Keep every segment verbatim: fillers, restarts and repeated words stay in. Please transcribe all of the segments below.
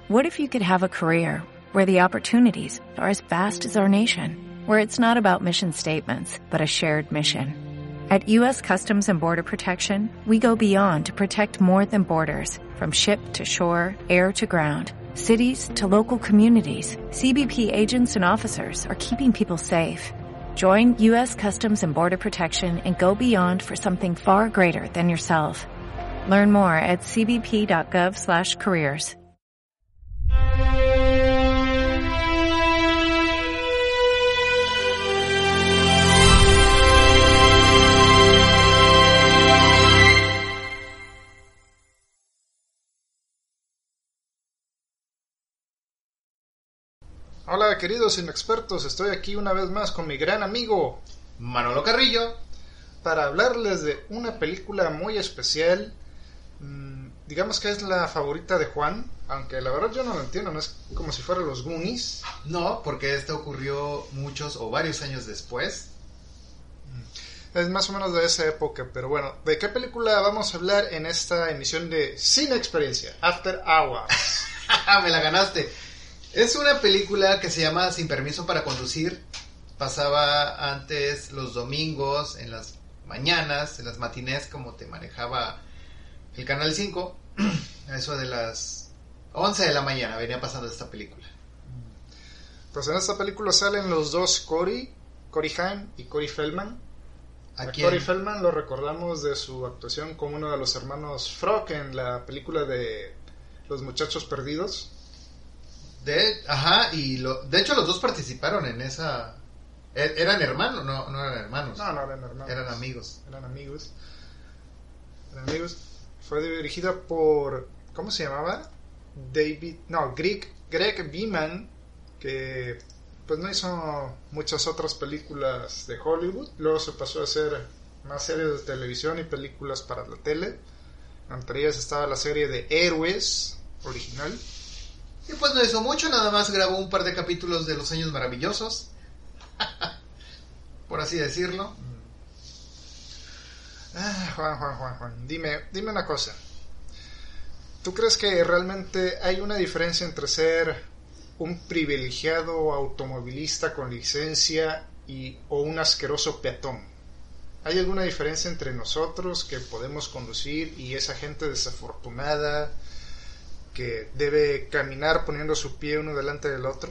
What if you could have a career where the opportunities are as vast as our nation, where it's not about mission statements, but a shared mission? At U S Customs and Border Protection, we go beyond to protect more than borders. From ship to shore, air to ground, cities to local communities, C B P agents and officers are keeping people safe. Join U S Customs and Border Protection and go beyond for something far greater than yourself. Learn more at c b p dot gov slash careers. Hola queridos inexpertos, estoy aquí una vez más con mi gran amigo Manolo Carrillo para hablarles de una película muy especial. mmm, digamos que es la favorita de Juan, aunque la verdad yo no lo entiendo, no es como si fuera los Goonies. No, porque esta ocurrió muchos o varios años después. Es más o menos de esa época, pero bueno, ¿de qué película vamos a hablar en esta emisión de Cine Experiencia, After Hours? Me la ganaste. Es una película que se llama Sin Permiso para Conducir. Pasaba antes los domingos, en las mañanas, en las matinés, como te manejaba el Canal cinco. A eso de las once de la mañana venía pasando esta película. Pues en esta película salen los dos Corey, Corey Haim y Corey Feldman. ¿A A quién? Corey Feldman lo recordamos de su actuación como uno de los hermanos Frog en la película de Los Muchachos Perdidos. De, ajá, y lo, de hecho los dos participaron en esa... ¿Er- ¿Eran hermanos? No, no eran hermanos. No, no eran hermanos. Eran amigos. Eran amigos. Eran amigos. Fue dirigida por... ¿Cómo se llamaba? David... No, Greg, Greg Beeman, que pues no hizo muchas otras películas de Hollywood. Luego se pasó a hacer más series de televisión y películas para la tele. Entre ellas estaba la serie de Héroes original. Y pues no hizo mucho, nada más grabó un par de capítulos de Los Años Maravillosos. Por así decirlo. Ah, Juan, Juan, Juan, Juan, dime, dime una cosa. ¿Tú crees que realmente hay una diferencia entre ser un privilegiado automovilista con licencia y o un asqueroso peatón? ¿Hay alguna diferencia entre nosotros que podemos conducir y esa gente desafortunada que debe caminar poniendo su pie uno delante del otro?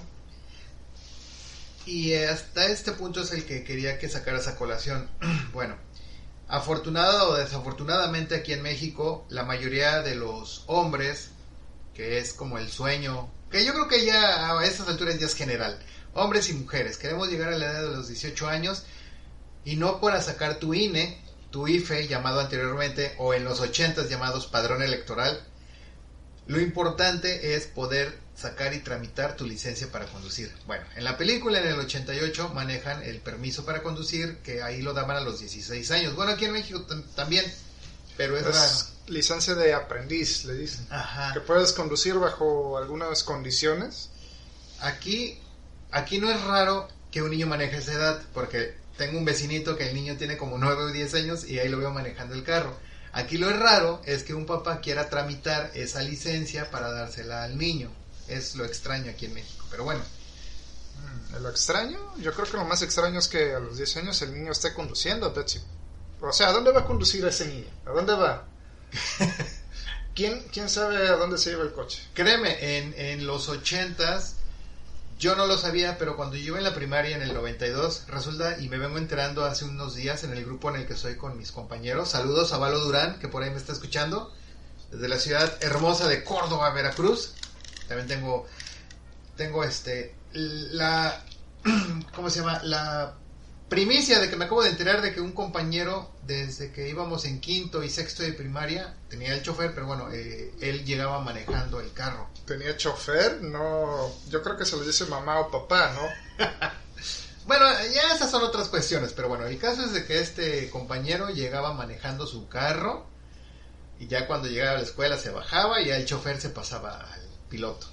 Y hasta este punto es el que quería que sacaras a colación. Bueno, afortunado o desafortunadamente aquí en México, la mayoría de los hombres, que es como el sueño, que yo creo que ya a estas alturas ya es general, hombres y mujeres, queremos llegar a la edad de los dieciocho años y no para sacar tu I N E, tu I F E llamado anteriormente, o en los ochentas llamados padrón electoral. Lo importante es poder sacar y tramitar tu licencia para conducir. Bueno, en la película en el ochenta y ocho manejan el permiso para conducir, que ahí lo daban a los dieciséis años. Bueno, aquí en México t- también, pero es, Es raro. licencia de aprendiz, le dicen. Ajá. Que puedes conducir bajo algunas condiciones. Aquí, aquí no es raro que un niño maneje esa edad, porque tengo un vecinito que el niño tiene como nueve o diez años y ahí lo veo manejando el carro. Aquí lo raro es que un papá quiera tramitar esa licencia para dársela al niño. Es lo extraño aquí en México, pero bueno. Mm, ¿Lo extraño? Yo creo que lo más extraño es que a los diez años el niño esté conduciendo, Betsy. O sea, ¿a dónde va a conducir ese niño? ¿A dónde va? ¿Quién, quién sabe a dónde se lleva el coche? Créeme, en, en los ochentas, yo no lo sabía, pero cuando yo iba en la primaria en el noventa y dos, resulta, y me vengo enterando hace unos días en el grupo en el que estoy con mis compañeros, saludos a Valo Durán, que por ahí me está escuchando, desde la ciudad hermosa de Córdoba, Veracruz. También tengo, tengo este, la, ¿cómo se llama? La primicia de que me acabo de enterar de que un compañero, desde que íbamos en quinto y sexto de primaria, tenía el chofer, pero bueno, eh, él llegaba manejando el carro. ¿Tenía chofer? No, yo creo que se lo dice mamá o papá, ¿no? Bueno, ya esas son otras cuestiones, pero bueno, el caso es de que este compañero llegaba manejando su carro y ya cuando llegaba a la escuela se bajaba y ya el chofer se pasaba al piloto.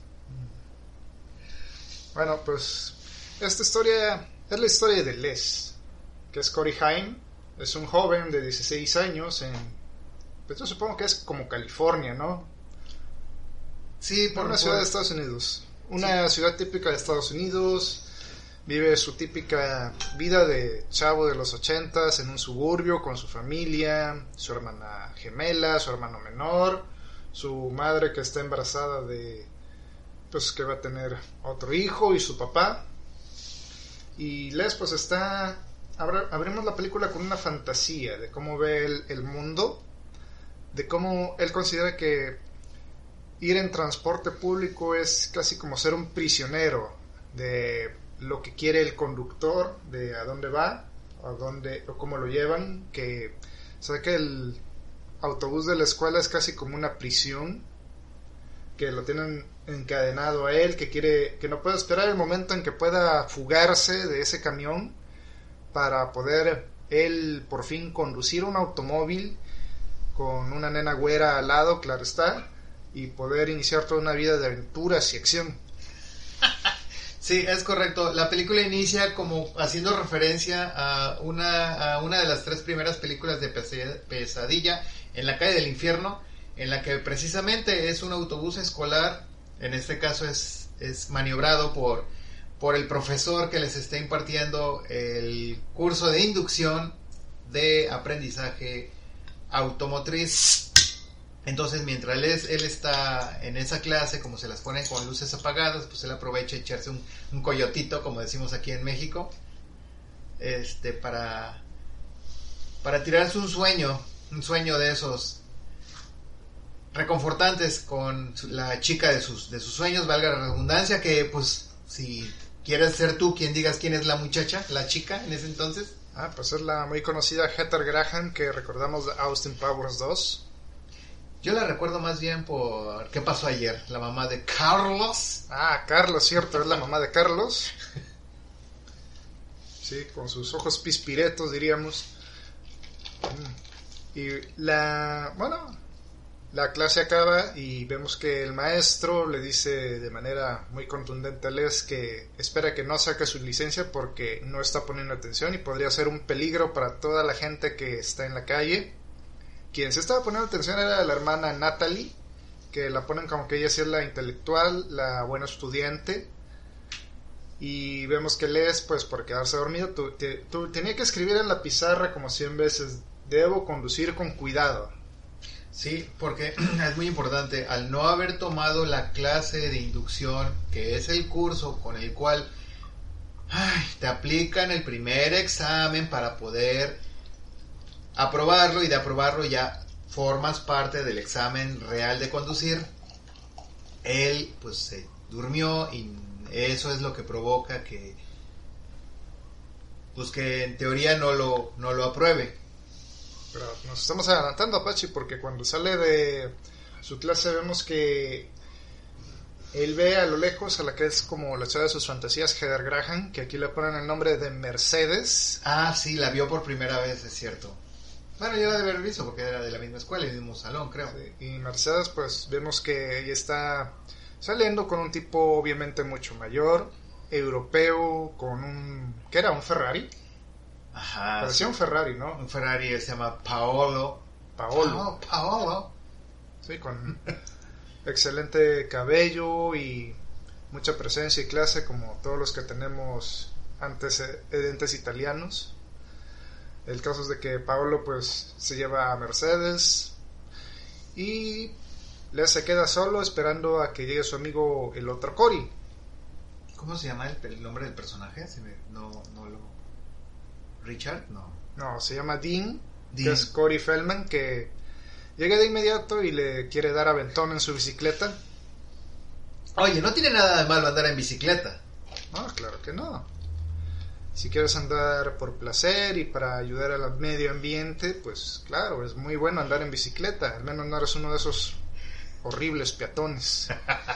Bueno, pues esta historia es la historia de Les, que es Corey Haim. Es un joven de dieciséis años en, pues yo supongo que es como California, ¿no? Sí, por una por... ciudad de Estados Unidos. Una sí. ciudad típica de Estados Unidos. Vive su típica vida de chavo de los ochentas en un suburbio con su familia, su hermana gemela, su hermano menor, su madre que está embarazada de, pues que va a tener otro hijo, y su papá. Y Les pues está, abrimos la película con una fantasía de cómo ve el, el mundo, de cómo él considera que ir en transporte público es casi como ser un prisionero de lo que quiere el conductor, de a dónde va, a dónde, o cómo lo llevan, que sabe que el autobús de la escuela es casi como una prisión, que lo tienen encadenado a él, que quiere, que no puede esperar el momento en que pueda fugarse de ese camión para poder él por fin conducir un automóvil con una nena güera al lado, claro está, y poder iniciar toda una vida de aventuras y acción. Sí, es correcto. La película inicia como haciendo referencia a una, a una de las tres primeras películas de Pesadilla en la calle del infierno, en la que precisamente es un autobús escolar, en este caso es, es maniobrado por, por el profesor que les está impartiendo el curso de inducción de aprendizaje automotriz. Entonces, mientras él, es, él está en esa clase, como se las ponen con luces apagadas, pues él aprovecha echarse un, un coyotito, como decimos aquí en México, este, para, para tirarse un sueño, un sueño de esos reconfortantes con la chica de sus, de sus sueños, valga la redundancia, que pues, si quieres ser tú quien digas quién es la muchacha, la chica en ese entonces. Ah, pues es la muy conocida Heather Graham, que recordamos de Austin Powers dos. Yo la recuerdo más bien por ¿Qué pasó ayer? La mamá de Carlos. Ah, Carlos, cierto, es la mamá de Carlos. Sí, con sus ojos pispiretos, diríamos. Y la, bueno, la clase acaba y vemos que el maestro le dice de manera muy contundente a Les que espera que no saque su licencia porque no está poniendo atención y podría ser un peligro para toda la gente que está en la calle. Quien se estaba poniendo atención era la hermana Natalie, que la ponen como que ella sí es la intelectual, la buena estudiante. Y vemos que Les, pues por quedarse dormido, tu, te, tu, tenía que escribir en la pizarra como cien veces: debo conducir con cuidado. Sí, porque es muy importante, al no haber tomado la clase de inducción, que es el curso con el cual ay, te aplican el primer examen para poder aprobarlo, y de aprobarlo ya formas parte del examen real de conducir. Él pues se durmió y eso es lo que provoca que pues que en teoría no lo, no lo apruebe. Pero nos estamos adelantando, Apache, porque cuando sale de su clase vemos que él ve a lo lejos a la que es como la chava de sus fantasías, Heather Graham, que aquí le ponen el nombre de Mercedes. Ah, sí, la vio por primera vez, es cierto. Bueno, ya la debe haber visto porque era de la misma escuela y del mismo salón, creo. Sí, y Mercedes, pues vemos que ella está saliendo con un tipo obviamente mucho mayor, europeo, con un... ¿qué era? ¿Un Ferrari? Ajá. Parecía sí. un Ferrari, ¿no? Un Ferrari se llama Paolo. Paolo. Pa- Paolo. Sí, con excelente cabello y mucha presencia y clase, como todos los que tenemos antecedentes italianos. El caso es de que Paolo pues se lleva a Mercedes y Les se queda solo esperando a que llegue su amigo el otro Cory. ¿Cómo se llama el, el nombre del personaje? Se me, no, no lo... ¿Richard? No. No, se llama Dean, Dean. que es Corey Feldman, que llega de inmediato y le quiere dar aventón en su bicicleta. Oye, no tiene nada de malo andar en bicicleta. No, claro que no. Si quieres andar por placer y para ayudar al medio ambiente, pues claro, es muy bueno andar en bicicleta. Al menos no eres uno de esos horribles peatones.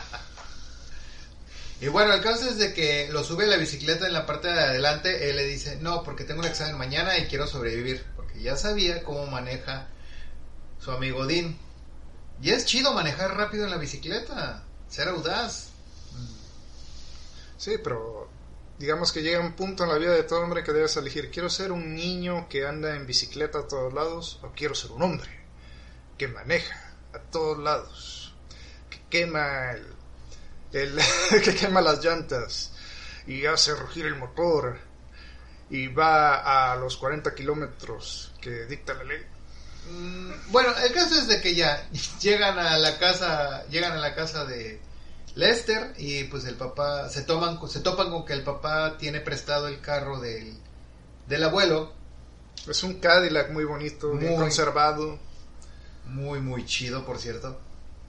Y bueno, el caso es de que lo sube a la bicicleta en la parte de adelante. Él le dice, no, porque tengo un examen mañana y quiero sobrevivir. Porque ya sabía cómo maneja su amigo Dean. Y es chido manejar rápido en la bicicleta, ser audaz. Sí, pero digamos que llega un punto en la vida de todo hombre que debes elegir: quiero ser un niño que anda en bicicleta a todos lados, o quiero ser un hombre que maneja a todos lados. quema el, el que quema las llantas y hace rugir el motor y va a los cuarenta kilómetros que dicta la ley. Mm, bueno, el caso es de que ya llegan a la casa, llegan a la casa de Lester y pues el papá se toman, se topan con que el papá tiene prestado el carro del, del abuelo. Es un Cadillac muy bonito, muy bien conservado, muy muy chido, por cierto.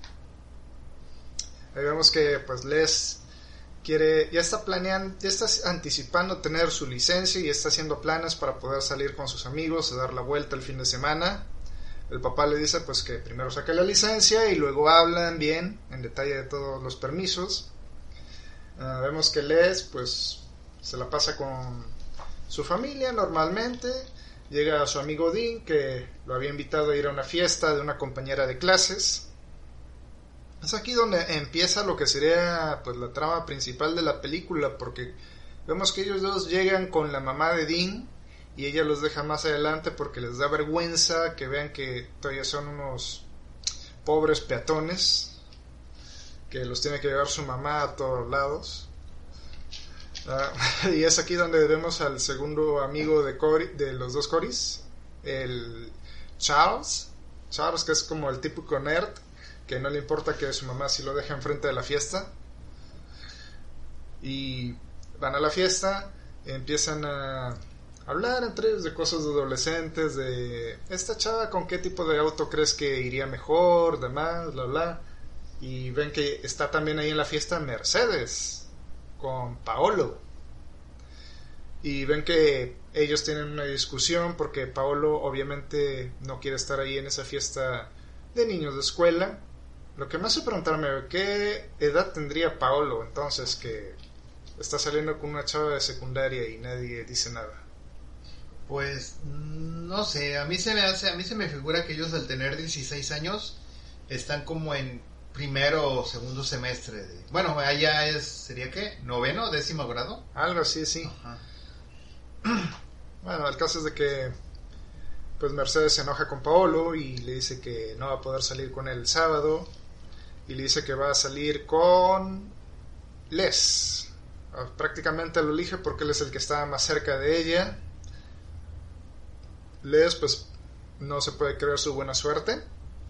Ahí vemos que pues Les quiere, ya está planeando, ya está anticipando tener su licencia y está haciendo planes para poder salir con sus amigos, dar la vuelta el fin de semana. El papá le dice pues que primero saque la licencia y luego hablan bien en detalle de todos los permisos. Uh, vemos que Les pues se la pasa con su familia normalmente. Llega a su amigo Dean, que lo había invitado a ir a una fiesta de una compañera de clases. Es aquí donde empieza lo que sería pues la trama principal de la película, porque vemos que ellos dos llegan con la mamá de Dean y ella los deja más adelante porque les da vergüenza que vean que todavía son unos pobres peatones que los tiene que llevar su mamá a todos lados. Uh, y es aquí donde vemos al segundo amigo de, Cory, de los dos Corys, el Charles Charles, que es como el típico nerd que no le importa que su mamá si lo deja enfrente de la fiesta. Y van a la fiesta, empiezan a hablar entre ellos de cosas de adolescentes, de esta chava con qué tipo de auto crees que iría mejor, demás, bla bla. Y ven que está también ahí en la fiesta Mercedes con Paolo. Y ven que ellos tienen una discusión porque Paolo obviamente no quiere estar ahí en esa fiesta de niños de escuela. Lo que me hace preguntarme, ¿qué edad tendría Paolo entonces que está saliendo con una chava de secundaria y nadie dice nada? Pues no sé, a mí se me hace, a mí se me figura que ellos al tener dieciséis años están como en primero o segundo semestre de, bueno, allá es, ¿sería qué? ¿Noveno? ¿Décimo grado? Algo así, sí. Ajá. Bueno, el caso es de que pues Mercedes se enoja con Paolo y le dice que no va a poder salir con él el sábado y le dice que va a salir con Les. Prácticamente lo elige porque él es el que está más cerca de ella. Les pues no se puede creer su buena suerte.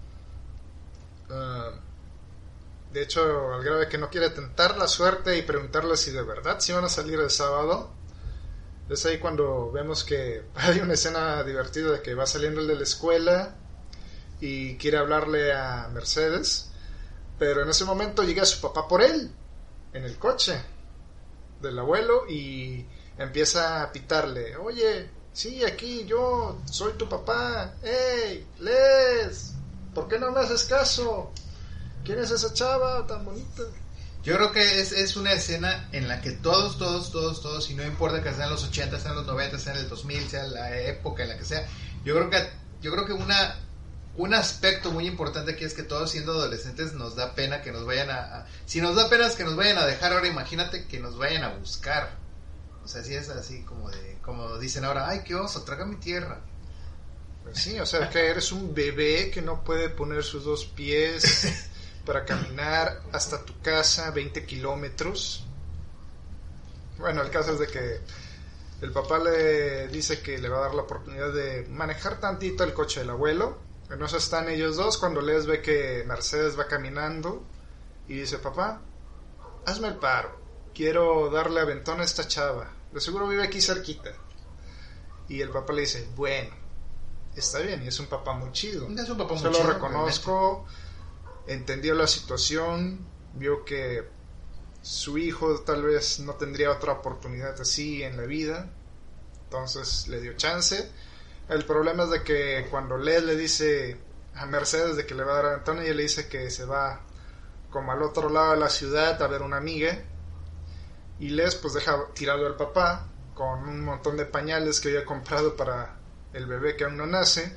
Uh, de hecho, al grado de que no quiere tentar la suerte y preguntarle si de verdad si van a salir el sábado. Es ahí cuando vemos que hay una escena divertida de que va saliendo el de la escuela y quiere hablarle a Mercedes, pero en ese momento llega su papá por él en el coche del abuelo y empieza a pitarle: oye, sí, aquí yo soy tu papá, hey, Les, ¿por qué no me haces caso? ¿Quién es esa chava tan bonita? Yo creo que es, es una escena en la que todos, todos, todos, todos, y no importa que sean los ochenta, sean los noventa, sean el dos mil, sea la época en la que sea, yo creo que yo creo que una un aspecto muy importante aquí es que todos siendo adolescentes nos da pena que nos vayan a, a si nos da pena es que nos vayan a dejar ahora, imagínate que nos vayan a buscar. O sea, si es así como de, como dicen ahora, ay, qué oso, traga mi tierra. Pues sí, o sea, que eres un bebé que no puede poner sus dos pies para caminar hasta tu casa veinte kilómetros. Bueno, el caso es de que el papá le dice que le va a dar la oportunidad de manejar tantito el coche del abuelo. En eso están ellos dos cuando Les ve que Mercedes va caminando y dice: papá, hazme el paro, quiero darle aventón a esta chava, de seguro vive aquí cerquita. Y el papá le dice: bueno, está bien, y es un papá muy chido, es un papá muy se chido, lo reconozco, entendió la situación, vio que su hijo tal vez no tendría otra oportunidad así en la vida, entonces le dio chance. El problema es de que cuando Les le dice a Mercedes de que le va a dar aventón, ella le dice que se va como al otro lado de la ciudad a ver una amiga, y Les pues deja tirado al papá con un montón de pañales que había comprado para el bebé que aún no nace,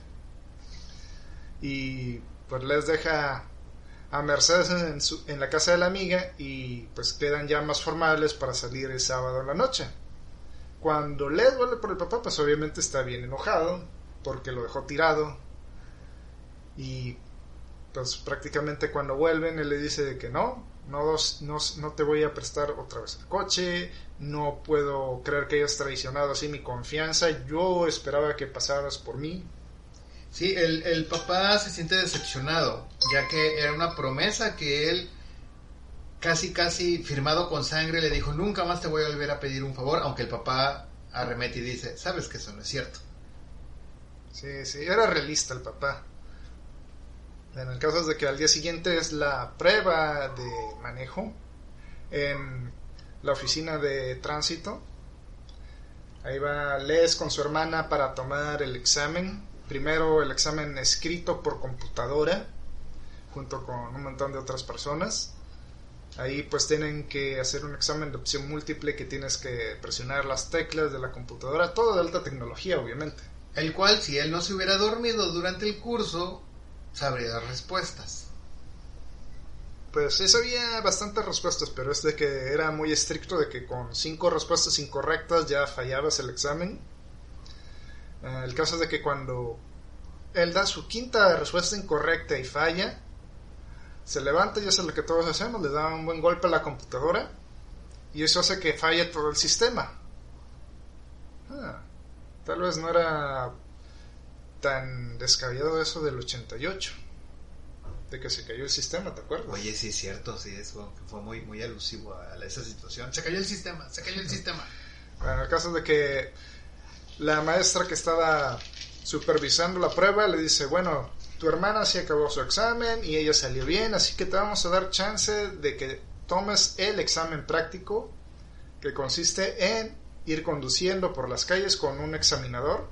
y pues Les deja a Mercedes en, su, en la casa de la amiga y pues quedan ya más formales para salir el sábado en la noche. Cuando Les vuelve por el papá, pues obviamente está bien enojado porque lo dejó tirado y pues prácticamente cuando vuelven él le dice de que no, no, no, no te voy a prestar otra vez el coche, no puedo creer que hayas traicionado así mi confianza, yo esperaba que pasaras por mí. Sí, el, el papá se siente decepcionado, ya que era una promesa que él, casi casi firmado con sangre, le dijo, nunca más te voy a volver a pedir un favor, aunque el papá arremete y dice, sabes que eso no es cierto. Sí, sí, era realista el papá. En el caso es de que al día siguiente es la prueba de manejo en la oficina de tránsito. Ahí va Les con su hermana para tomar el examen. Primero el examen escrito por computadora, junto con un montón de otras personas. Ahí pues tienen que hacer un examen de opción múltiple que tienes que presionar las teclas de la computadora, todo de alta tecnología obviamente. El cual, si él no se hubiera dormido durante el curso, sabría las respuestas. Pues sí sabía bastantes respuestas, pero es de que era muy estricto de que con cinco respuestas incorrectas ya fallabas el examen. Eh, el caso es de que cuando él da su quinta respuesta incorrecta y falla, se levanta y eso es lo que todos hacemos, le da un buen golpe a la computadora y eso hace que falle todo el sistema. Ah, tal vez no era tan descabellado eso del ochenta y ocho, de que se cayó el sistema, ¿te acuerdas? Oye, sí es cierto, sí, eso fue muy, muy alusivo a esa situación. Se cayó el sistema, se cayó el sistema. Bueno, el caso es de que la maestra que estaba supervisando la prueba le dice, bueno, tu hermana sí acabó su examen y ella salió bien, así que te vamos a dar chance de que tomes el examen práctico, que consiste en ir conduciendo por las calles con un examinador.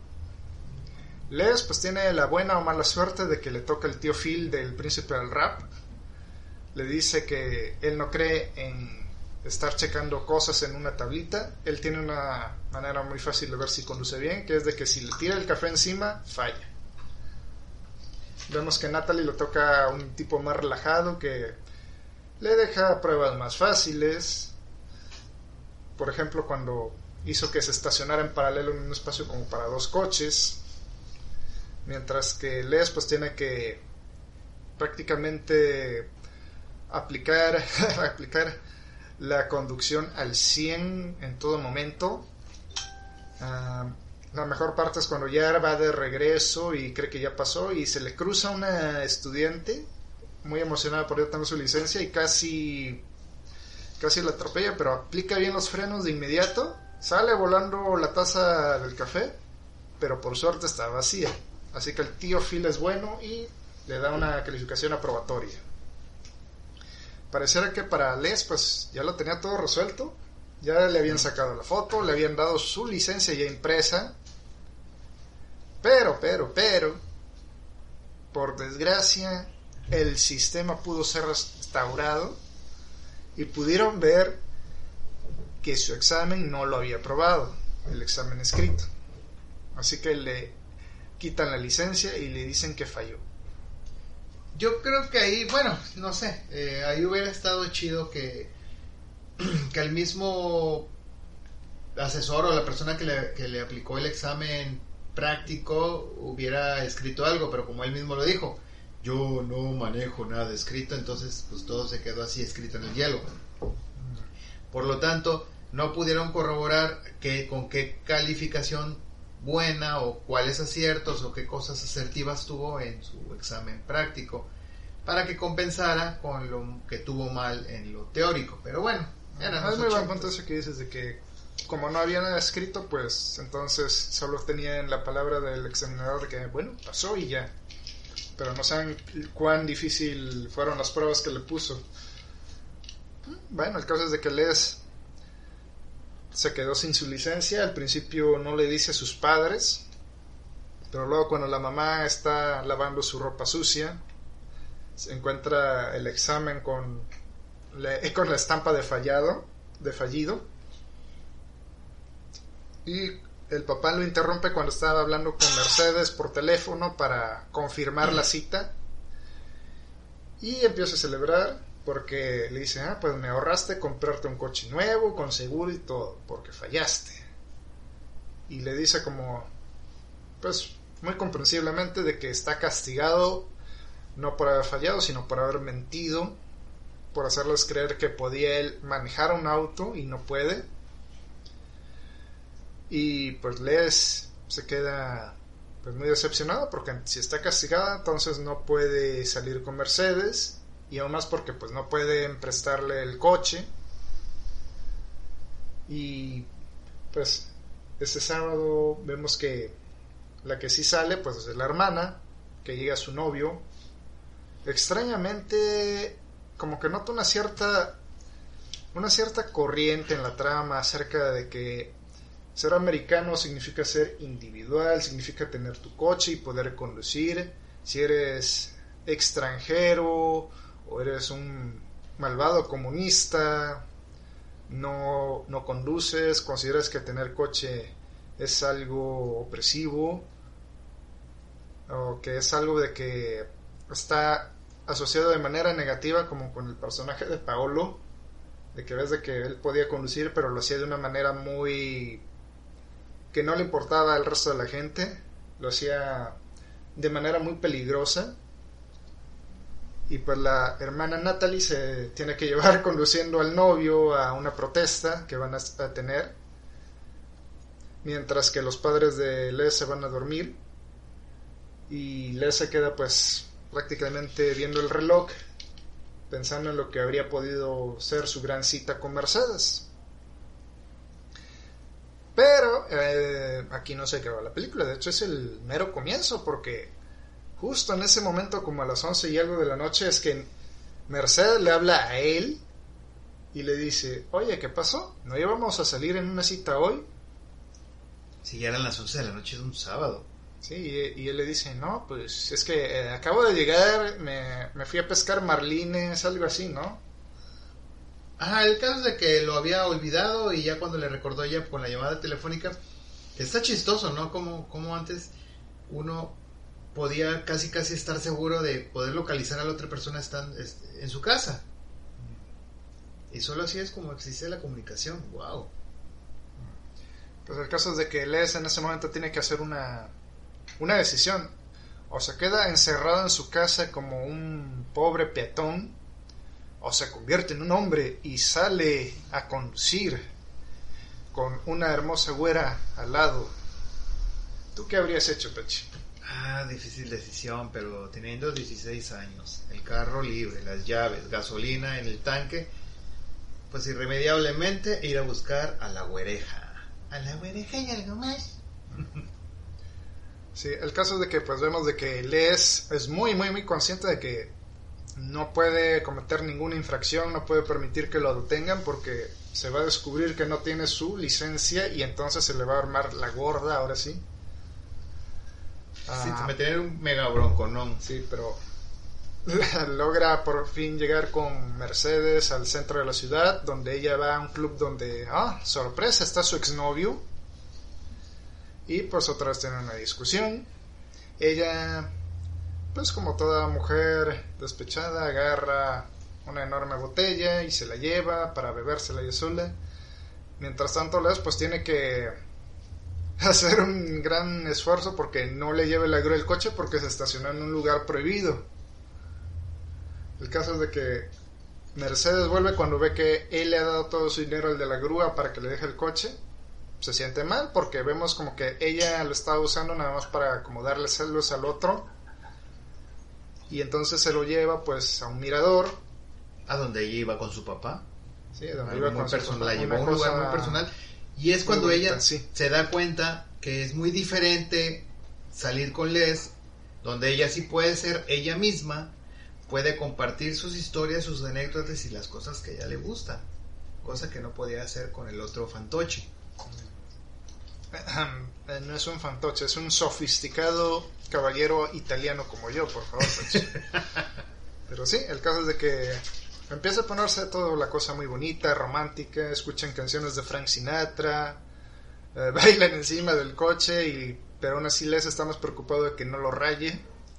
Les pues tiene la buena o mala suerte de que le toca el tío Phil del Príncipe del Rap. Le dice que él no cree en estar checando cosas en una tablita. Él tiene una manera muy fácil de ver si conduce bien, que es de que si le tira el café encima, falla. Vemos que Natalie le toca a un tipo más relajado que le deja pruebas más fáciles. Por ejemplo, cuando hizo que se estacionara en paralelo en un espacio como para dos coches. Mientras que Les pues tiene que prácticamente aplicar, aplicar la conducción al cien en todo momento. Uh, la mejor parte es cuando ya va de regreso y cree que ya pasó y se le cruza una estudiante muy emocionada por ya tener su licencia y casi casi la atropella, pero aplica bien los frenos de inmediato, sale volando la taza del café, pero por suerte está vacía. Así que el tío Phil es bueno y le da una calificación aprobatoria. Pareciera que para Les pues ya lo tenía todo resuelto. Ya le habían sacado la foto, le habían dado su licencia ya impresa. Pero, pero, pero, por desgracia, el sistema pudo ser restaurado y pudieron ver que su examen no lo había aprobado, el examen escrito. Así que le quitan la licencia y le dicen que falló. Yo creo que ahí, bueno, no sé, eh, ahí hubiera estado chido que, que el mismo asesor o la persona que le, que le aplicó el examen práctico hubiera escrito algo, pero como él mismo lo dijo, yo no manejo nada escrito, entonces pues todo se quedó así escrito en el hielo. Por lo tanto, no pudieron corroborar que, con qué calificación buena o cuáles aciertos o qué cosas asertivas tuvo en su examen práctico para que compensara con lo que tuvo mal en lo teórico. Pero bueno, eran es muy buen punto eso que dices de que como no había nada escrito, pues entonces solo tenían la palabra del examinador de que bueno, pasó y ya, pero no saben cuán difícil fueron las pruebas que le puso. Bueno, el caso es de que Les se quedó sin su licencia. Al principio no le dice a sus padres, pero luego cuando la mamá está lavando su ropa sucia, se encuentra el examen con la, con la estampa de fallado, de fallido, y el papá lo interrumpe cuando estaba hablando con Mercedes por teléfono para confirmar la cita y empieza a celebrar porque le dice, ah, pues me ahorraste comprarte un coche nuevo, con seguro y todo, porque fallaste. Y le dice como, pues, muy comprensiblemente de que está castigado no por haber fallado, sino por haber mentido, por hacerles creer que podía él manejar un auto y no puede. Y pues Les se queda pues muy decepcionado porque si está castigada entonces no puede salir con Mercedes, y aún más porque pues no pueden prestarle el coche. Y pues este sábado vemos que la que sí sale pues es la hermana, que llega a su novio. Extrañamente como que nota una cierta una cierta corriente en la trama acerca de que ser americano significa ser individual, significa tener tu coche y poder conducir. Si eres extranjero o eres un malvado comunista, no, no conduces, consideras que tener coche es algo opresivo, o que es algo de que está asociado de manera negativa, como con el personaje de Paolo, de que ves de que él podía conducir pero lo hacía de una manera muy que no le importaba al resto de la gente, lo hacía de manera muy peligrosa. Y pues la hermana Natalie se tiene que llevar conduciendo al novio a una protesta que van a tener, mientras que los padres de Les se van a dormir, y Les se queda pues prácticamente viendo el reloj, pensando en lo que habría podido ser su gran cita con Mercedes. Pero eh, aquí no se acaba la película, de hecho es el mero comienzo, porque justo en ese momento, como a las once y algo de la noche, es que Mercedes le habla a él y le dice: oye, ¿qué pasó? ¿No íbamos a salir en una cita hoy? Sí, ya eran las once de la noche de un sábado. Sí, y, y él le dice: no, pues es que eh, acabo de llegar, me, me fui a pescar marlines, algo así, ¿no? Ajá, el caso es de que lo había olvidado, y ya cuando le recordó ella con la llamada telefónica, que está chistoso, ¿no? Como, como antes uno podía casi casi estar seguro de poder localizar a la otra persona estando en su casa. Y solo así es como existe la comunicación. Wow. Pues el caso es de que Les en ese momento tiene que hacer una, una decisión. O se queda encerrado en su casa como un pobre peatón, o se convierte en un hombre y sale a conducir con una hermosa güera al lado. ¿Tú qué habrías hecho, Pechi? Ah, difícil decisión, pero teniendo dieciséis años, el carro libre, las llaves, gasolina en el tanque, pues irremediablemente ir a buscar a la güereja. A la güereja y algo más. Sí, el caso es de que pues vemos de que Les es muy muy muy consciente de que no puede cometer ninguna infracción, no puede permitir que lo detengan, porque se va a descubrir que no tiene su licencia y entonces se le va a armar la gorda, ahora sí. Sí, ah, me tiene un mega bronconón. Sí, pero logra por fin llegar con Mercedes al centro de la ciudad, donde ella va a un club donde, ah, sorpresa, está su exnovio. Y pues otra vez tienen una discusión. Ella, pues como toda mujer despechada, agarra una enorme botella y se la lleva para bebérsela ella sola. Mientras tanto, Les pues tiene que hacer un gran esfuerzo porque no le lleve la grúa el coche, porque se estacionó en un lugar prohibido. El caso es de que Mercedes vuelve cuando ve que él le ha dado todo su dinero al de la grúa para que le deje el coche. Se siente mal porque vemos como que ella lo estaba usando nada más para como darle celos al otro, y entonces se lo lleva pues a un mirador, a donde ella iba con su papá. Sí, donde iba con su papá, la llevó a un lugar muy personal, y es cuando bonita, ella sí. se da cuenta que es muy diferente salir con Les, donde ella sí puede ser ella misma, puede compartir sus historias, sus anécdotas y las cosas que a ella le gustan, cosa que no podía hacer con el otro fantoche. No es un fantoche, es un sofisticado caballero italiano como yo, por favor. Pero sí, el caso es de que empieza a ponerse toda la cosa muy bonita, romántica, escuchan canciones de Frank Sinatra, eh, bailan encima del coche, y pero aún así Les está más preocupado de que no lo raye.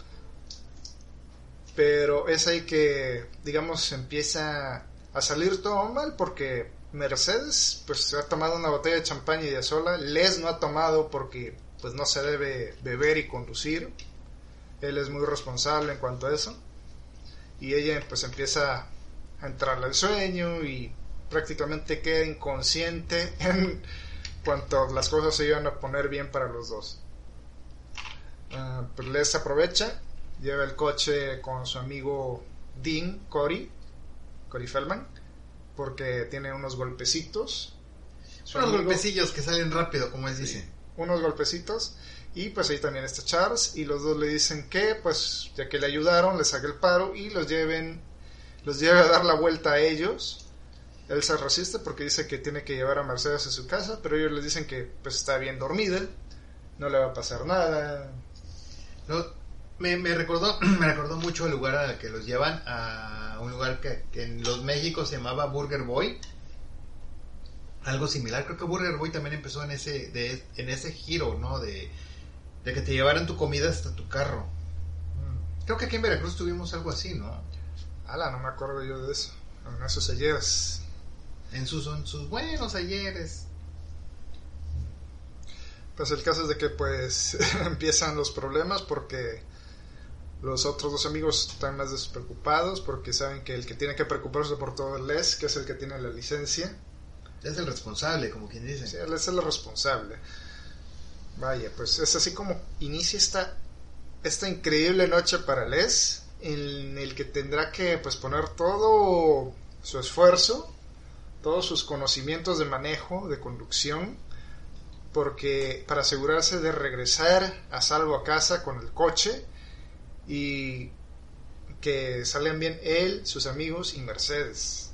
Pero es ahí que, digamos, empieza a salir todo mal, porque Mercedes pues se ha tomado una botella de champaña y de sola. Les no ha tomado porque pues no se debe beber y conducir. él es muy responsable en cuanto a eso, y ella pues empieza a entrarle al sueño y prácticamente queda inconsciente en cuanto las cosas se iban a poner bien para los dos. Uh, pues Les aprovecha, lleva el coche con su amigo Dean, Corey, Corey Feldman, porque tiene unos golpecitos. Su unos amigo, golpecillos que salen rápido, como él dice. Sí, unos golpecitos. Y pues ahí también está Charles, y los dos le dicen que pues ya que le ayudaron, les haga el paro y los lleven, los lleve a dar la vuelta a ellos. Él se resiste porque dice que tiene que llevar a Mercedes a su casa, pero ellos les dicen que pues está bien dormida, no le va a pasar nada. No, me, me recordó me recordó mucho el lugar al que los llevan, a un lugar que, que en los Méxicos se llamaba Burger Boy. Algo similar, creo que Burger Boy también empezó en ese de, en ese giro, ¿no? De, de que te llevaran tu comida hasta tu carro. Mm. Creo que aquí en Veracruz tuvimos algo así, ¿no? Ala, no me acuerdo yo de eso. En esos ayeres. En sus, en sus buenos ayeres. Pues el caso es de que pues empiezan los problemas porque los otros dos amigos están más despreocupados porque saben que el que tiene que preocuparse por todo es Les, que es el que tiene la licencia. Es el responsable, como quien dice. Sí, él es el responsable. Vaya, pues es así como inicia esta, esta increíble noche para Les, en el que tendrá que pues poner todo su esfuerzo, todos sus conocimientos de manejo, de conducción, porque para asegurarse de regresar a salvo a casa con el coche y que salgan bien él, sus amigos y Mercedes.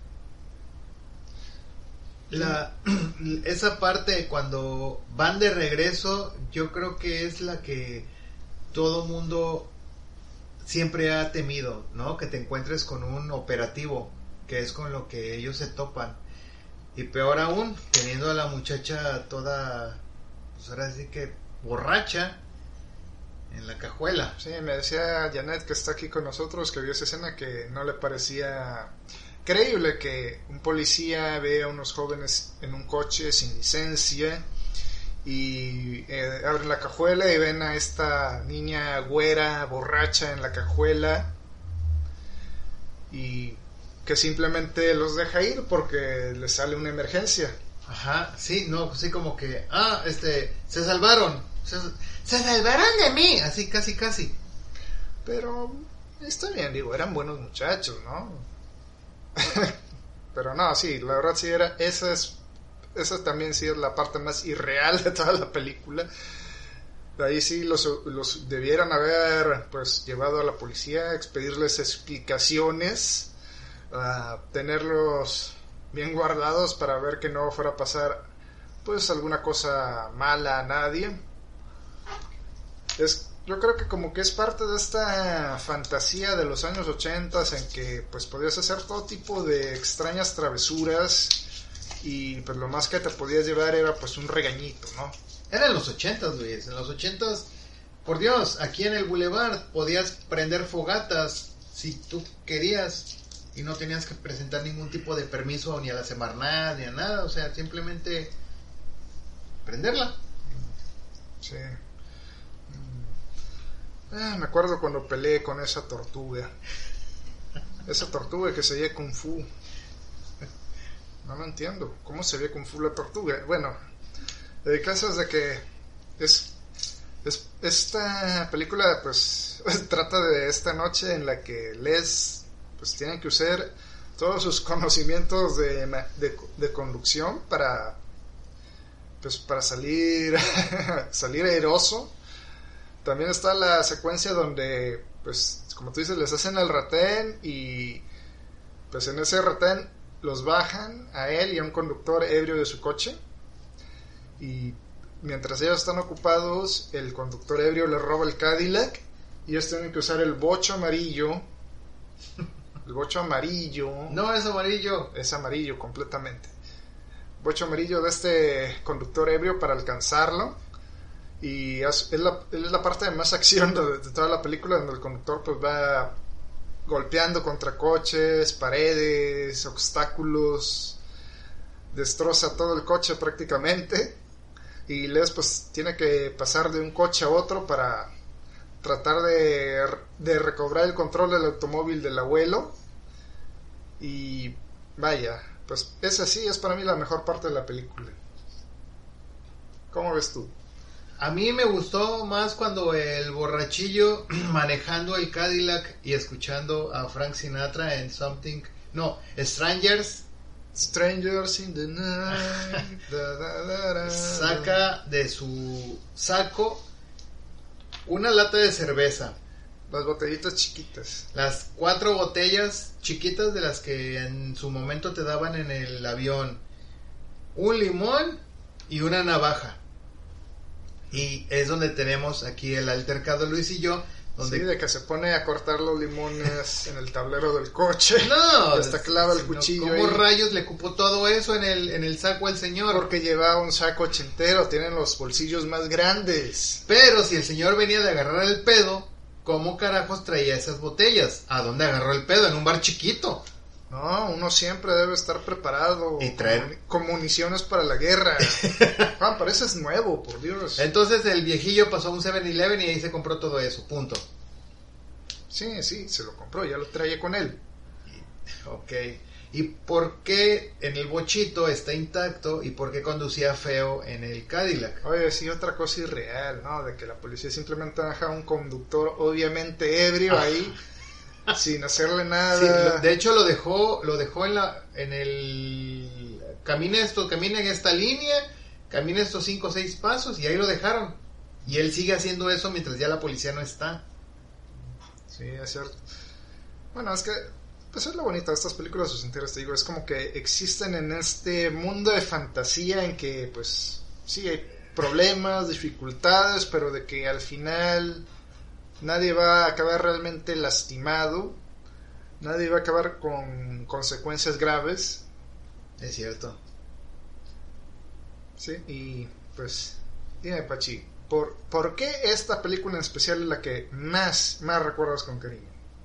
La, esa parte cuando van de regreso, yo creo que es la que todo mundo siempre ha temido, ¿no? Que te encuentres con un operativo, que es con lo que ellos se topan. Y peor aún, teniendo a la muchacha toda, pues ahora sí que borracha en la cajuela. Sí, me decía Janet, que está aquí con nosotros, que vio esa escena, que no le parecía creíble que un policía vea a unos jóvenes en un coche sin licencia y eh, abren la cajuela y ven a esta niña güera borracha en la cajuela y que simplemente los deja ir porque les sale una emergencia. Ajá, sí, no, sí, como que, ah, este, se salvaron, se, se salvaron de mí, así casi casi. Pero está bien, digo, eran buenos muchachos, ¿no? Pero no, sí, la verdad sí era, esa es, esa también sí es la parte más irreal de toda la película. Ahí sí los, los debieran haber pues llevado a la policía, expedirles explicaciones, uh, tenerlos bien guardados para ver que no fuera a pasar pues alguna cosa mala a nadie. Es Yo creo que como que es parte de esta fantasía de los años ochentas en que pues podías hacer todo tipo de extrañas travesuras y pues lo más que te podías llevar era pues un regañito, ¿no? Eran los ochentas, Luis, en los ochentas, por Dios, aquí en el Boulevard podías prender fogatas si tú querías y no tenías que presentar ningún tipo de permiso ni a la Semarnat ni a nada, o sea, simplemente prenderla. Sí. Ah, me acuerdo cuando peleé con esa tortuga. Esa tortuga que se ve Kung Fu. No lo entiendo. ¿Cómo se ve Kung Fu la tortuga? Bueno, el caso es de que es, es esta película pues trata de esta noche en la que Les pues tienen que usar todos sus conocimientos de, de, de conducción para pues para salir salir airoso. También está la secuencia donde, pues, como tú dices, les hacen el retén y, pues, en ese retén los bajan a él y a un conductor ebrio de su coche. Y mientras ellos están ocupados, el conductor ebrio les roba el Cadillac y ellos tienen que usar el bocho amarillo. El bocho amarillo. No es amarillo. Es amarillo completamente. Bocho amarillo de este conductor ebrio para alcanzarlo. Y es la, es la parte de más acción de, de toda la película, donde el conductor pues va golpeando contra coches, paredes, obstáculos, destroza todo el coche prácticamente, y Les pues tiene que pasar de un coche a otro para tratar de, de recobrar el control del automóvil del abuelo. Y vaya, pues esa sí es para mí la mejor parte de la película. ¿Cómo ves tú? A mí me gustó más cuando el borrachillo manejando el Cadillac y escuchando a Frank Sinatra en Something, no, Strangers, Strangers in the night, da, da, da, da. Saca de su saco una lata de cerveza, las botellitas chiquitas, las cuatro botellas chiquitas de las que en su momento te daban en el avión, un limón y una navaja. Y es donde tenemos aquí el altercado Luis y yo, donde sí, de que se pone a cortar los limones en el tablero del coche. No, y hasta clava el no, cuchillo. ¿Cómo ahí? Rayos le cupó todo eso en el, en el saco al señor? Porque llevaba un saco ochentero, tienen los bolsillos más grandes. Pero si el señor venía de agarrar el pedo, ¿cómo carajos traía esas botellas? ¿A dónde agarró el pedo? En un bar chiquito. No, uno siempre debe estar preparado. Y traer con, con municiones para la guerra. Juan, pareces nuevo, por Dios. Entonces el viejillo pasó a un seven eleven y ahí se compró todo eso, punto. Sí, sí, se lo compró, ya lo traía con él. Ok. ¿Y por qué en el bochito está intacto y por qué conducía feo en el Cadillac? Oye, sí, otra cosa irreal, ¿no? De que la policía simplemente deja a un conductor obviamente ebrio ah. ahí, sin hacerle nada. Sí, lo, de hecho lo dejó, lo dejó en la, en el, camina esto, camina en esta línea, camina estos cinco o seis pasos y ahí lo dejaron. Y él sigue haciendo eso mientras ya la policía no está. Sí, es cierto. Bueno, es que pues es lo bonito de estas películas ochenteras, te digo, es como que existen en este mundo de fantasía en que pues sí hay problemas, dificultades, pero de que al final nadie va a acabar realmente lastimado, nadie va a acabar con consecuencias graves. Es cierto. Sí, y pues dime, Pachi, ¿por, ¿por qué esta película en especial es la que más, más recuerdas con cariño?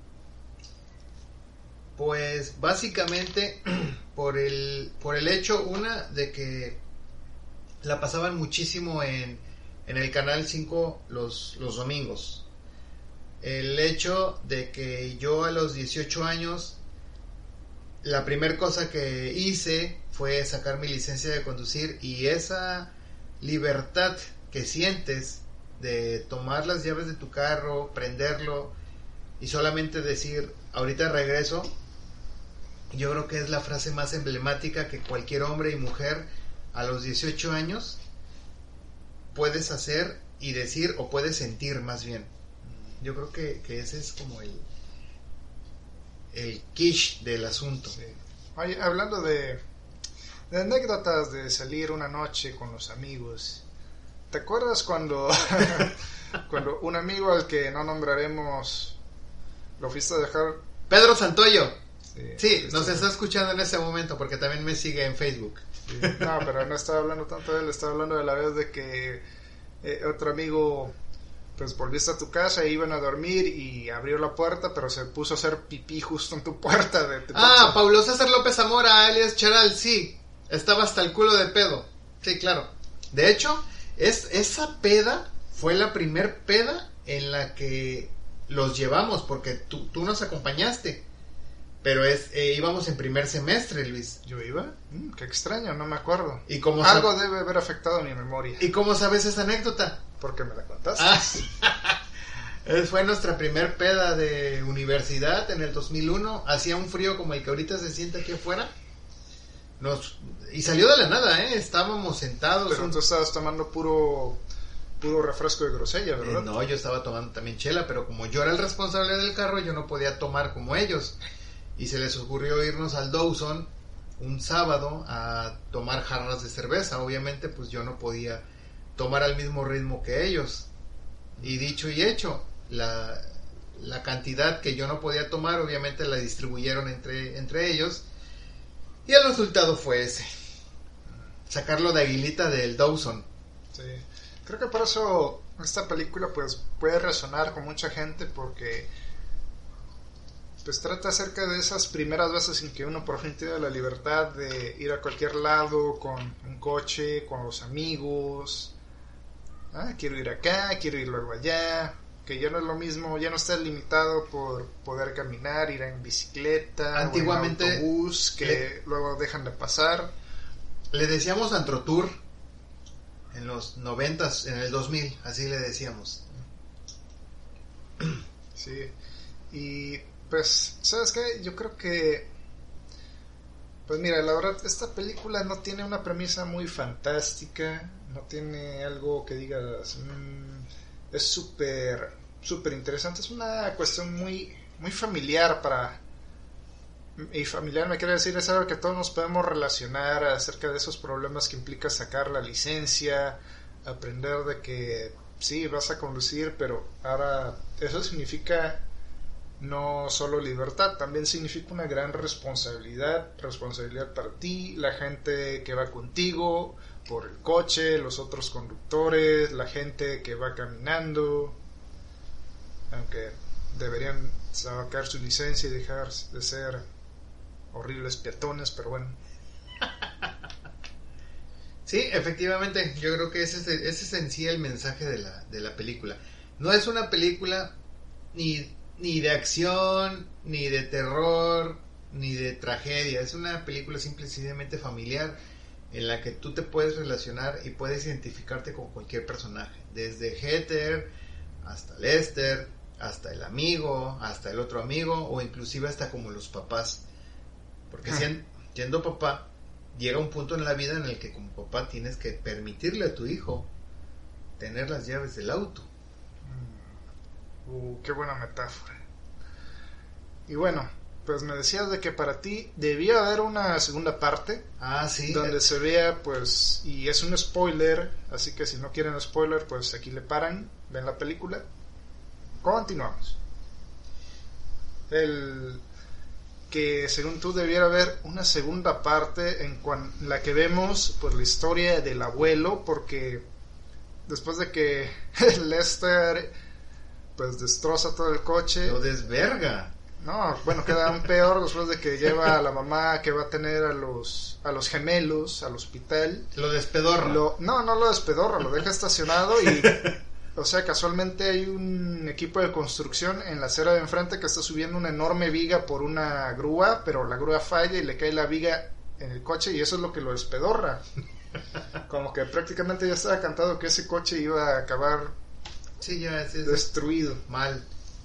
Pues básicamente por el por el hecho, una, de que la pasaban muchísimo en, en el Canal cinco los, los domingos. El hecho de que yo a los dieciocho años, la primera cosa que hice fue sacar mi licencia de conducir, y esa libertad que sientes de tomar las llaves de tu carro, prenderlo y solamente decir, ahorita regreso, yo creo que es la frase más emblemática que cualquier hombre y mujer a los dieciocho años puedes hacer y decir, o puedes sentir más bien. Yo creo que, que ese es como el el quiche del asunto. Sí. Oye, hablando de, de anécdotas de salir una noche con los amigos, ¿te acuerdas cuando cuando un amigo al que no nombraremos lo fuiste a dejar? Pedro Santoyo. Sí, sí, nos está escuchando en ese momento porque también me sigue en Facebook. Sí. No, pero no estaba hablando tanto de él, estaba hablando de la vez de que eh, otro amigo, pues volviste a tu casa e iban a dormir y abrió la puerta, pero se puso a hacer pipí justo en tu puerta. De tu ah, casa. Paulo César López Zamora, alias Charal, sí, estaba hasta el culo de pedo. Sí, claro. De hecho, es, esa peda fue la primer peda en la que los llevamos, porque tú, tú nos acompañaste. Pero es eh, íbamos en primer semestre, Luis. ¿Yo iba? Mm, qué extraño, no me acuerdo. ¿Y cómo Algo sab... debe haber afectado mi memoria. ¿Y cómo sabes esa anécdota? Porque me la contaste. Ah, fue nuestra primer peda de universidad en el dos mil uno. Hacía un frío como el que ahorita se siente aquí afuera. Nos... Y salió de la nada, ¿eh? Estábamos sentados. Pero un... tú estabas tomando puro... puro refresco de grosella, ¿verdad? Eh, no, yo estaba tomando también chela, pero como yo era el responsable del carro, yo no podía tomar como ellos. Y se les ocurrió irnos al Dawson un sábado a tomar jarras de cerveza. Obviamente pues yo no podía tomar al mismo ritmo que ellos. Y dicho y hecho, la, la cantidad que yo no podía tomar obviamente la distribuyeron entre, entre ellos. Y el resultado fue ese. Sacarlo de aguilita del Dawson. Sí. Creo que por eso esta película pues puede resonar con mucha gente, porque pues trata acerca de esas primeras veces en que uno por fin tiene la libertad de ir a cualquier lado con un coche, con los amigos. Ah, quiero ir acá, quiero ir luego allá. que ya no es lo mismo, ya no estás limitado por poder caminar, ir en bicicleta, antiguamente o en autobús, que le, luego dejan de pasar. Le decíamos Antrotour en los noventas, en el dos mil, así le decíamos. Sí, y pues, ¿sabes qué? Yo creo que, pues mira, la verdad, esta película no tiene una premisa muy fantástica, no tiene algo que digas, mmm, es súper, súper interesante, es una cuestión muy, muy familiar para, y familiar me quiere decir, es algo que todos nos podemos relacionar acerca de esos problemas que implica sacar la licencia, aprender de que sí, vas a conducir, pero ahora eso significa no solo libertad, también significa una gran responsabilidad, responsabilidad para ti, la gente que va contigo, por el coche, los otros conductores, la gente que va caminando, aunque deberían sacar su licencia y dejar de ser horribles peatones, pero bueno. Sí, efectivamente, yo creo que ese es, ese es en sí el mensaje de la, de la película. No es una película ni, ni de acción, ni de terror, ni de tragedia. Es una película simple y sencillamente familiar en la que tú te puedes relacionar y puedes identificarte con cualquier personaje. Desde Heather hasta Lester, hasta el amigo, hasta el otro amigo, o inclusive hasta como los papás. Porque ah. siendo, siendo papá, llega un punto en la vida en el que como papá tienes que permitirle a tu hijo tener las llaves del auto. Uh, qué buena metáfora. Y bueno, pues me decías de que para ti debía haber una segunda parte. Ah, sí. Donde se vea, pues, y es un spoiler, así que si no quieren spoiler, pues aquí le paran, ven la película. Continuamos. El... que según tú debiera haber una segunda parte en cuan, la que vemos pues la historia del abuelo, porque después de que Lester pues destroza todo el coche, lo desverga. No, bueno, queda aún peor después de que lleva a la mamá que va a tener a los a los gemelos al hospital. Lo despedorra. Lo, no, no lo despedorra, lo deja estacionado y o sea, casualmente hay un equipo de construcción en la acera de enfrente que está subiendo una enorme viga por una grúa, pero la grúa falla y le cae la viga en el coche y eso es lo que lo despedorra. Como que prácticamente ya estaba cantado que ese coche iba a acabar sí, ya es, es destruido. Mal.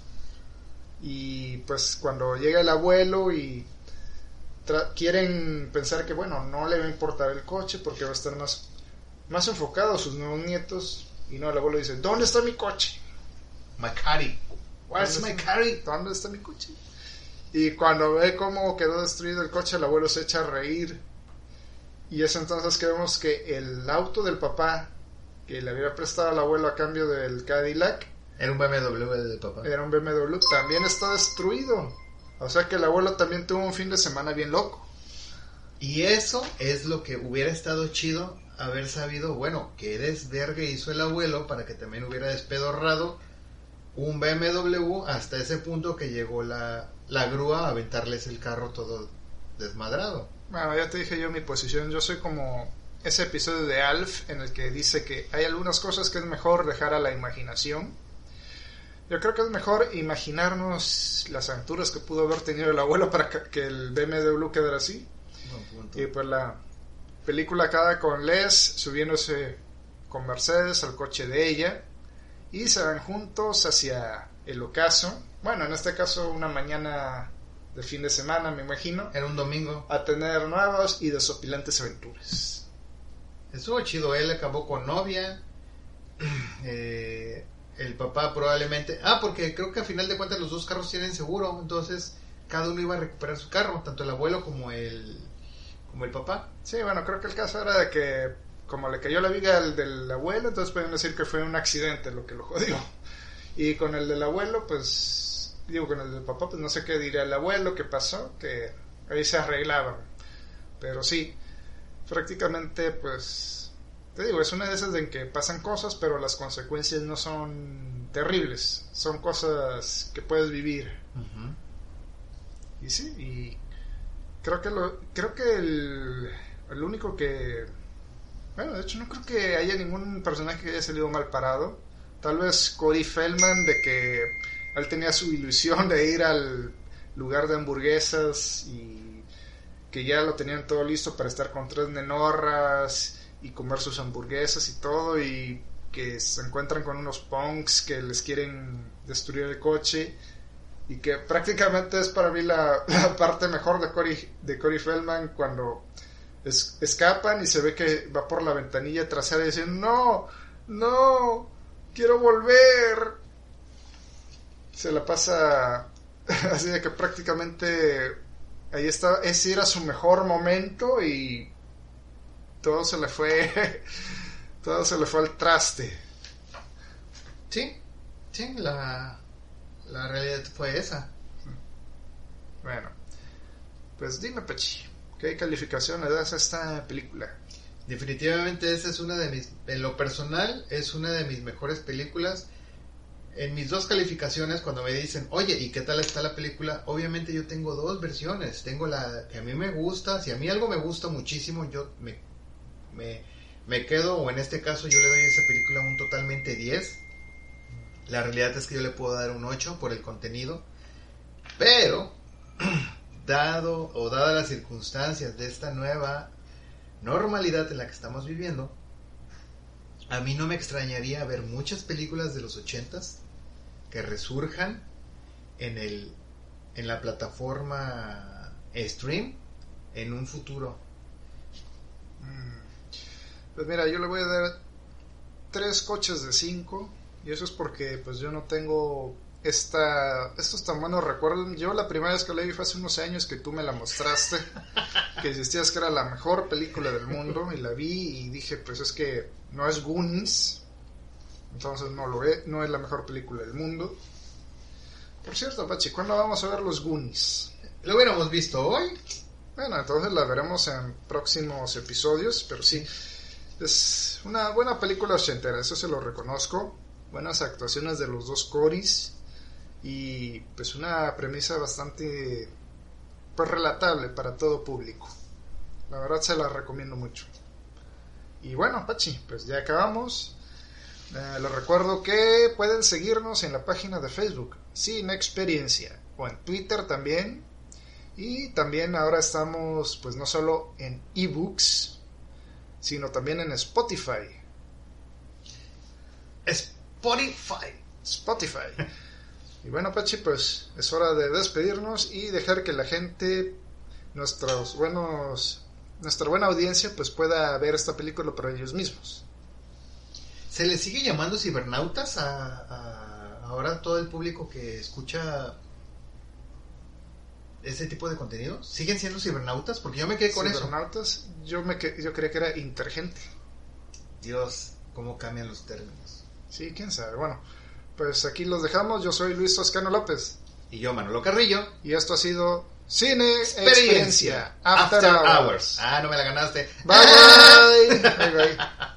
Y pues cuando llega el abuelo y tra- quieren pensar que bueno, no le va a importar el coche porque va a estar más, más enfocado a sus nuevos nietos. Y no, el abuelo dice, ¿dónde está mi coche? My carry. Where's my carry? ¿Dónde está mi coche? Y cuando ve cómo quedó destruido el coche, el abuelo se echa a reír. Y es entonces que vemos que el auto del papá, que le había prestado al abuelo a cambio del Cadillac, era un B M W del papá. Era un B M W, también está destruido. O sea que el abuelo también tuvo un fin de semana bien loco. Y eso es lo que hubiera estado chido haber sabido, bueno, qué desvergue hizo el abuelo para que también hubiera despedorrado un B M W hasta ese punto que llegó la, la grúa a aventarles el carro todo desmadrado. Bueno, ya te dije yo mi posición, yo soy como ese episodio de Alf en el que dice que hay algunas cosas que es mejor dejar a la imaginación. Yo creo que es mejor imaginarnos las aventuras que pudo haber tenido el abuelo para que el B M W quedara así. Y pues la película acaba con Les subiéndose con Mercedes al coche de ella y se van juntos hacia el ocaso. Bueno, en este caso una mañana de fin de semana, me imagino. Era un domingo. A tener nuevas y desopilantes aventuras. Estuvo chido, él acabó con novia. Eh, el papá probablemente... Ah, porque creo que a final de cuentas los dos carros tienen seguro, entonces cada uno iba a recuperar su carro, tanto el abuelo como el... como el papá. Sí, bueno, creo que el caso era de que como le cayó la viga al del abuelo, entonces pueden decir que fue un accidente lo que lo jodió. Y con el del abuelo, pues, digo, con el del papá, pues no sé qué diría el abuelo, qué pasó, que ahí se arreglaban. Pero sí, prácticamente, pues, te digo, es una de esas en que pasan cosas, pero las consecuencias no son terribles, son cosas que puedes vivir. Uh-huh. Y sí, y... Creo que lo, creo que el, el único que, bueno, de hecho no creo que haya ningún personaje que haya salido mal parado. tal vez Corey Feldman, de que él tenía su ilusión de ir al lugar de hamburguesas y que ya lo tenían todo listo para estar con tres nenorras y comer sus hamburguesas y todo, y que se encuentran con unos punks que les quieren destruir el coche, y que prácticamente es para mí la, la parte mejor de Corey, de Corey Feldman, cuando es, escapan y se ve que va por la ventanilla trasera y dicen no, no, quiero volver. Se la pasa así de que prácticamente ahí está, ese era su mejor momento y todo se le fue todo se le fue al traste. Sí, sí, la, la realidad fue esa. Bueno, pues dime, Pechi, ¿qué calificación le das a esta película? Definitivamente esa es una de mis, en lo personal, es una de mis mejores películas. En mis dos calificaciones, cuando me dicen, oye, ¿y qué tal está la película? Obviamente yo tengo dos versiones. Tengo la que a mí me gusta. Si a mí algo me gusta muchísimo, yo me, me, me quedo, o en este caso yo le doy a esa película un totalmente diez. La realidad es que yo le puedo dar un ocho por el contenido. Pero, dado o dadas las circunstancias de esta nueva normalidad en la que estamos viviendo, a mí no me extrañaría ver muchas películas de los ochentas que resurjan en el en la plataforma stream en un futuro. Pues mira, yo le voy a dar tres coches de cinco, y eso es porque pues yo no tengo esta estos tan buenos recuerdos. Yo la primera vez que la vi fue hace unos años, que tú me la mostraste, que insistías que era la mejor película del mundo, y la vi y dije, pues es que no es Goonies, entonces no lo es, no es la mejor película del mundo. Por cierto, Pachi, ¿cuándo vamos a ver los Goonies? ¿Lo hubiéramos visto hoy? Bueno, entonces la veremos en próximos episodios, pero sí, es una buena película ochentera, eso se lo reconozco. Buenas actuaciones de los dos Corys y pues una premisa bastante pues relatable para todo público. La verdad se la recomiendo mucho. Y bueno, Pachi, pues ya acabamos. Eh, les recuerdo que pueden seguirnos en la página de Facebook Cine Experiencia, o en Twitter también. Y también ahora estamos pues no solo en ebooks, sino también en Spotify. Spotify. Spotify. Y bueno, Pachi, pues es hora de despedirnos y dejar que la gente, nuestros buenos, nuestra buena audiencia, pues pueda ver esta película por ellos mismos. ¿Se les sigue llamando cibernautas a, a ahora todo el público que escucha ese tipo de contenido? ¿Siguen siendo cibernautas? Porque yo me quedé con cibernautas, eso. Yo me quedé, yo creía que era intergente. Dios, cómo cambian los términos. Sí, quién sabe. Bueno, pues aquí los dejamos. Yo soy Luis Toscano López. Y yo, Manolo Carrillo. Y esto ha sido Cine Experiencia, Experiencia After, After hours. hours. Ah, no me la ganaste. Bye, bye. Bye, bye.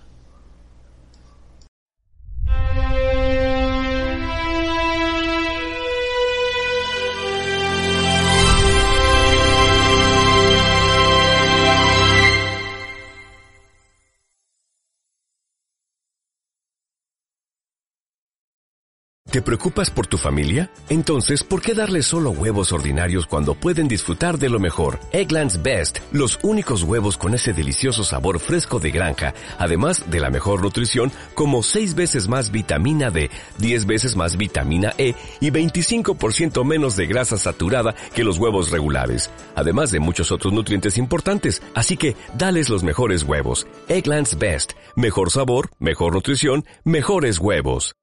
¿Te preocupas por tu familia? Entonces, ¿por qué darles solo huevos ordinarios cuando pueden disfrutar de lo mejor? Eggland's Best, los únicos huevos con ese delicioso sabor fresco de granja, además de la mejor nutrición, como seis veces más vitamina D, diez veces más vitamina E y veinticinco por ciento menos de grasa saturada que los huevos regulares, además de muchos otros nutrientes importantes. Así que, dales los mejores huevos. Eggland's Best, mejor sabor, mejor nutrición, mejores huevos.